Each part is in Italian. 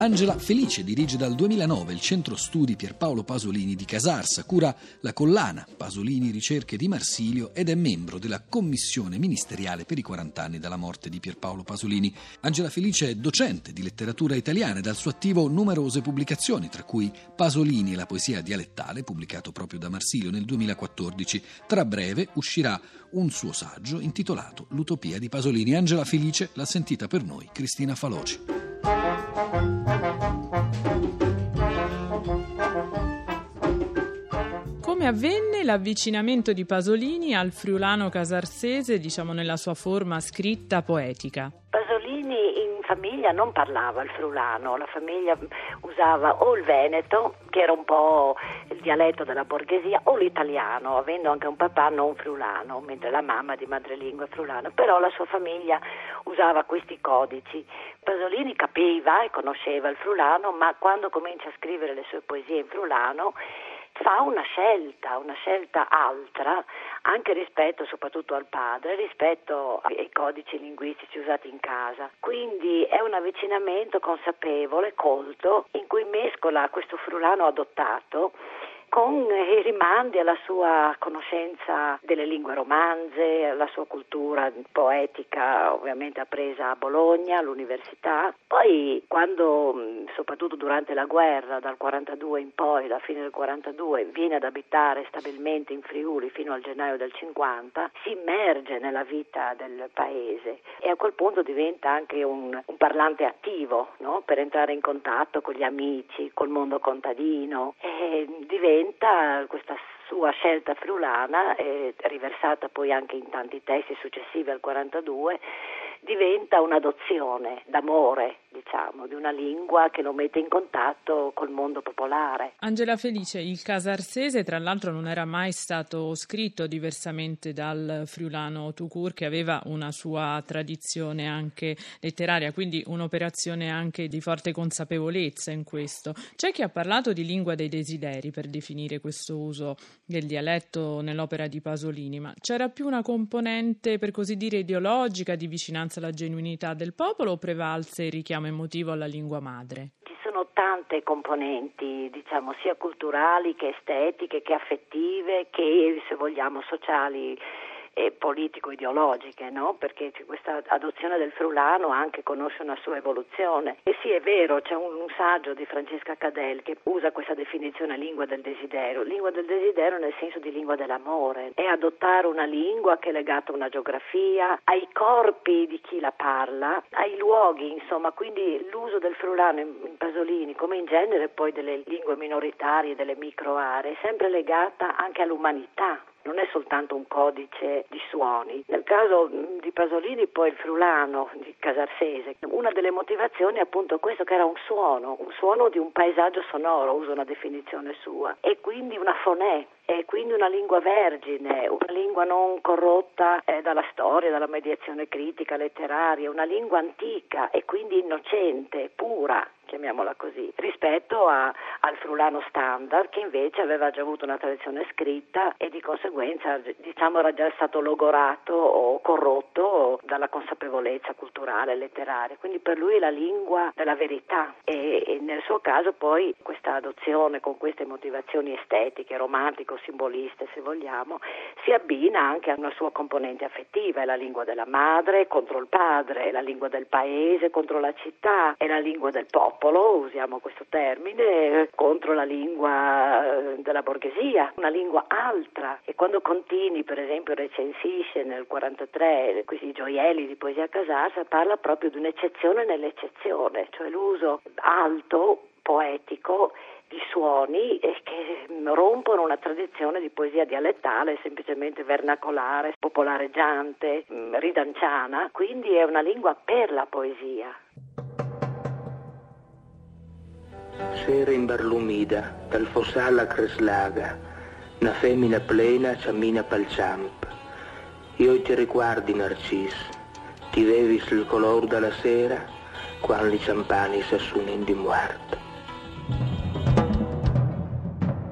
Angela Felice dirige dal 2009 il Centro Studi Pierpaolo Pasolini di Casarsa, cura la collana Pasolini Ricerche di Marsilio ed è membro della commissione ministeriale per i 40 anni dalla morte di Pierpaolo Pasolini. Angela Felice è docente di letteratura italiana ed ha al suo attivo numerose pubblicazioni, tra cui Pasolini e la poesia dialettale, pubblicato proprio da Marsilio nel 2014. Tra breve uscirà un suo saggio intitolato L'utopia di Pasolini. Angela Felice l'ha sentita per noi Cristina Faloci. Come avvenne l'avvicinamento di Pasolini al friulano casarsese, diciamo nella sua forma scritta poetica? Pasolini in famiglia non parlava il friulano, la famiglia usava o il veneto, che era un po' il dialetto della borghesia, o l'italiano, avendo anche un papà non friulano, mentre la mamma di madrelingua è friulana, però la sua famiglia usava questi codici. Pasolini capiva e conosceva il friulano, ma quando comincia a scrivere le sue poesie in friulano fa una scelta altra, anche rispetto soprattutto al padre, rispetto ai codici linguistici usati in casa. Quindi è un avvicinamento consapevole, colto, in cui mescola questo friulano adottato con i rimandi alla sua conoscenza delle lingue romanze, alla sua cultura poetica, ovviamente appresa a Bologna, all'università. Poi quando, soprattutto durante la guerra, dal 42 in poi, alla fine del 42, viene ad abitare stabilmente in Friuli fino al gennaio del 50, si immerge nella vita del paese e a quel punto diventa anche un parlante attivo, no? Per entrare in contatto con gli amici, col mondo contadino, e diventa questa sua scelta friulana, riversata poi anche in tanti testi successivi al 42, diventa un'adozione d'amore, diciamo, di una lingua che lo mette in contatto col mondo popolare. Angela Felice, il casarsese tra l'altro non era mai stato scritto diversamente dal friulano tout court, che aveva una sua tradizione anche letteraria, quindi un'operazione anche di forte consapevolezza in questo. C'è chi ha parlato di lingua dei desideri per definire questo uso del dialetto nell'opera di Pasolini, ma c'era più una componente, per così dire, ideologica, di vicinanza alla genuinità del popolo, o prevalse il richiamo emotivo alla lingua madre? Ci sono tante componenti, diciamo, sia culturali che estetiche, che affettive, che, se vogliamo, sociali e politico-ideologiche, no? Perché questa adozione del friulano anche conosce una sua evoluzione. E sì, è vero, c'è un saggio di Francesca Cadel che usa questa definizione lingua del desiderio nel senso di lingua dell'amore, è adottare una lingua che è legata a una geografia, ai corpi di chi la parla, ai luoghi, insomma, quindi l'uso del friulano in Pasolini, come in genere poi delle lingue minoritarie, delle microaree, è sempre legata anche all'umanità. Non è soltanto un codice di suoni. Nel caso di Pasolini poi il friulano di casarsese, una delle motivazioni è appunto questo, che era un suono di un paesaggio sonoro, uso una definizione sua, e quindi una fonè, e quindi una lingua vergine, una lingua non corrotta dalla storia, dalla mediazione critica, letteraria, una lingua antica e quindi innocente, pura, chiamiamola così, rispetto al friulano standard, che invece aveva già avuto una tradizione scritta e di conseguenza, diciamo, era già stato logorato o corrotto dalla consapevolezza culturale e letteraria. Quindi per lui è la lingua della verità e nel suo caso poi questa adozione con queste motivazioni estetiche, romantico-simboliste se vogliamo, si abbina anche a una sua componente affettiva, è la lingua della madre contro il padre, è la lingua del paese contro la città, è la lingua del popolo, usiamo questo termine, contro la lingua della borghesia, una lingua altra. E quando Contini, per esempio, recensisce nel 43 questi gioielli di poesia Casarsa, parla proprio di un'eccezione nell'eccezione, cioè l'uso alto, poetico, di suoni che rompono una tradizione di poesia dialettale, semplicemente vernacolare, popolareggiante, ridanciana, quindi è una lingua per la poesia. Sera imbarlumida, dal fossale a Creslaga, una femmina plena cammina pel camp. Io ti ricordi, Narcis, ti vevi sul color della sera, quando i campani s'assunin di morte.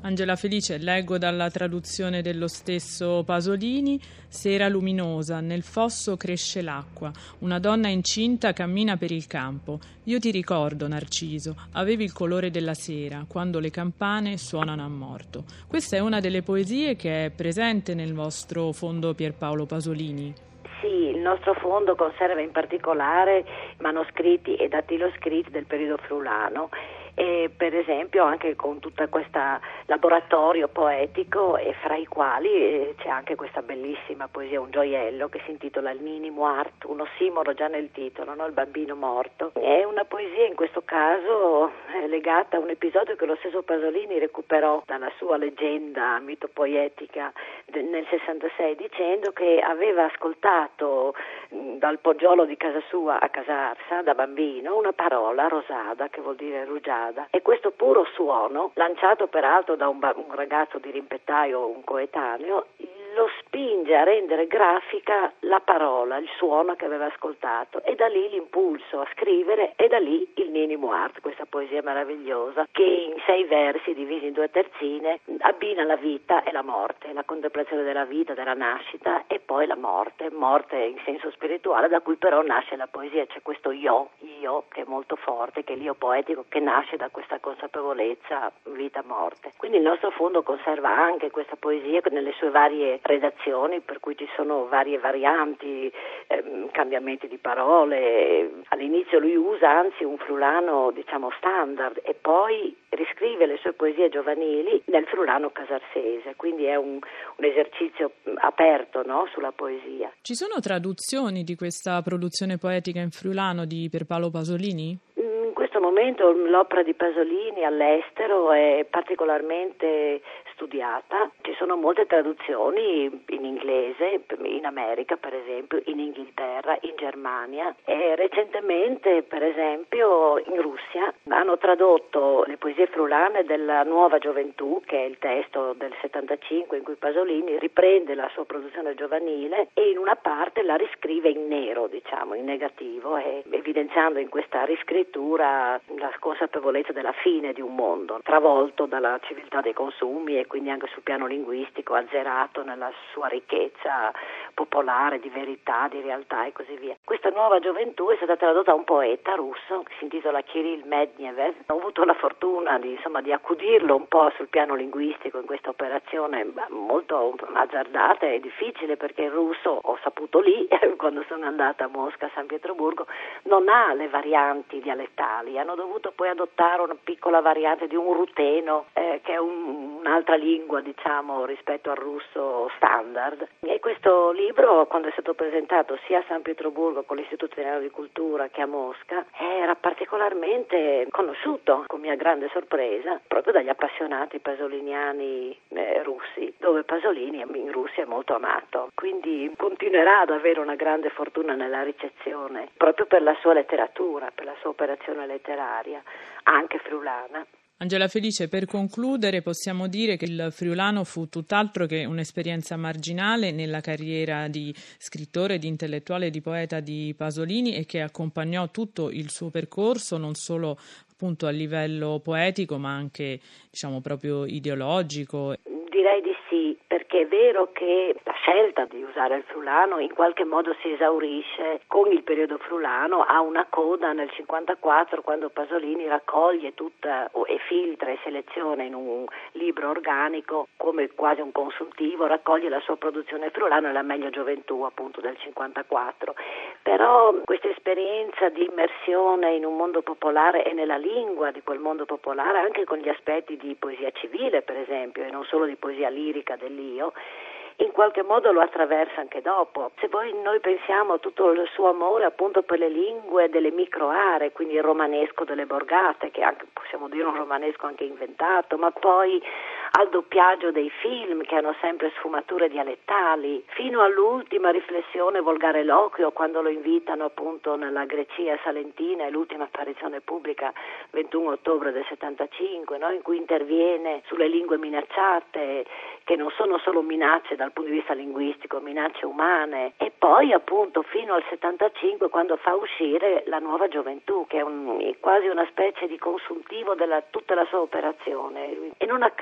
Angela Felice, leggo dalla traduzione dello stesso Pasolini: sera luminosa, nel fosso cresce l'acqua, una donna incinta cammina per il campo. Io ti ricordo, Narciso, avevi il colore della sera, quando le campane suonano a morto. Questa è una delle poesie che è presente nel vostro fondo Pierpaolo Pasolini. Sì, il nostro fondo conserva in particolare manoscritti e dattiloscritti del periodo friulano, e per esempio anche con tutta questa laboratorio poetico, e fra i quali c'è anche questa bellissima poesia, un gioiello, che si intitola Il Nini Muart, un ossimoro già nel titolo, no? Il bambino morto. È una poesia in questo caso legata a un episodio che lo stesso Pasolini recuperò dalla sua leggenda mitopoetica nel 66, dicendo che aveva ascoltato dal poggiolo di casa sua a Casarsa da bambino una parola, rosada, che vuol dire rugiada, e questo puro suono, lanciato peraltro da un ragazzo di rimpettaio, un coetaneo, lo spinge a rendere grafica la parola, il suono che aveva ascoltato, e da lì l'impulso a scrivere, e da lì il Nini Muart, questa poesia meravigliosa che in 6 versi divisi in 2 terzine abbina la vita e la morte, la contemplazione della vita, della nascita, e poi la morte in senso spirituale, da cui però nasce la poesia. C'è questo io che è molto forte, che è l'io poetico, che nasce da questa consapevolezza vita-morte. Quindi il nostro fondo conserva anche questa poesia nelle sue varie redazioni, per cui ci sono varie varianti, cambiamenti di parole. All'inizio lui usa anzi un friulano standard, e poi riscrive le sue poesie giovanili nel friulano casarsese, quindi è un esercizio aperto, no, sulla poesia. Ci sono traduzioni di questa produzione poetica in friulano di Pierpaolo Pasolini? In questo momento l'opera di Pasolini all'estero è particolarmente studiata. Ci sono molte traduzioni in inglese, in America per esempio, in Inghilterra, in Germania, e recentemente per esempio in Russia hanno tradotto le poesie friulane della Nuova Gioventù, che è il testo del 75 in cui Pasolini riprende la sua produzione giovanile e in una parte la riscrive in nero, in negativo, e evidenziando in questa riscrittura la consapevolezza della fine di un mondo travolto dalla civiltà dei consumi, e quindi anche sul piano linguistico azzerato nella sua ricchezza popolare di verità, di realtà e così via. Questa Nuova Gioventù è stata tradotta da un poeta russo che si intitola Kirill Medvedev. Ho avuto la fortuna di accudirlo un po' sul piano linguistico in questa operazione molto azzardata e difficile, perché il russo, ho saputo lì quando sono andata a Mosca, a San Pietroburgo, non ha le varianti dialettali. Hanno dovuto poi adottare una piccola variante di un ruteno, che è un'altra lingua rispetto al russo standard. E questo libro, quando è stato presentato sia a San Pietroburgo con l'Istituto Italiano di Cultura che a Mosca, era particolarmente conosciuto, con mia grande sorpresa, proprio dagli appassionati pasoliniani russi, dove Pasolini in Russia è molto amato. Quindi continuerà ad avere una grande fortuna nella ricezione, proprio per la sua letteratura, per la sua operazione letteraria, anche friulana. Angela Felice, per concludere possiamo dire che il friulano fu tutt'altro che un'esperienza marginale nella carriera di scrittore, di intellettuale e di poeta di Pasolini, e che accompagnò tutto il suo percorso non solo appunto a livello poetico ma anche proprio ideologico. Direi di sì, perché è vero che la scelta di usare il friulano in qualche modo si esaurisce con il periodo friulano, ha una coda nel 54, quando Pasolini raccoglie tutta e filtra e seleziona in un libro organico, come quasi un consuntivo, raccoglie la sua produzione friulana e la meglio gioventù appunto del 54. Però questa esperienza di immersione in un mondo popolare e nella lingua di quel mondo popolare, anche con gli aspetti di poesia civile per esempio, e non solo di poesia lirica dell'io, in qualche modo lo attraversa anche dopo. Se poi noi pensiamo a tutto il suo amore appunto per le lingue delle microaree, quindi il romanesco delle borgate, che anche possiamo dire un romanesco anche inventato, ma poi al doppiaggio dei film che hanno sempre sfumature dialettali, fino all'ultima riflessione volgareloquio quando lo invitano appunto nella Grecia salentina, e l'ultima apparizione pubblica 21 ottobre del 75, no? In cui interviene sulle lingue minacciate, che non sono solo minacce dal punto di vista linguistico, minacce umane, e poi appunto fino al 75 quando fa uscire la Nuova Gioventù, che è quasi una specie di consuntivo della tutta la sua operazione. E non a caso questo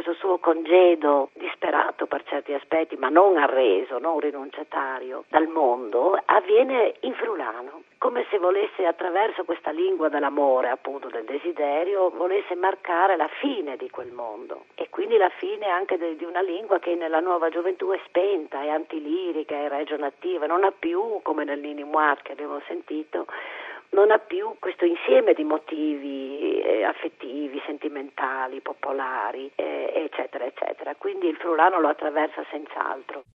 questo suo congedo disperato per certi aspetti, ma non arreso, non rinunciatario dal mondo, avviene in friulano, come se volesse, attraverso questa lingua dell'amore, appunto del desiderio, volesse marcare la fine di quel mondo e quindi la fine anche di una lingua che nella nuova gioventù è spenta, è antilirica, è ragionativa, non ha più, come nel Nini Muar che abbiamo sentito, non ha più questo insieme di motivi affettivi, sentimentali, popolari, eccetera, eccetera. Quindi il friulano lo attraversa senz'altro.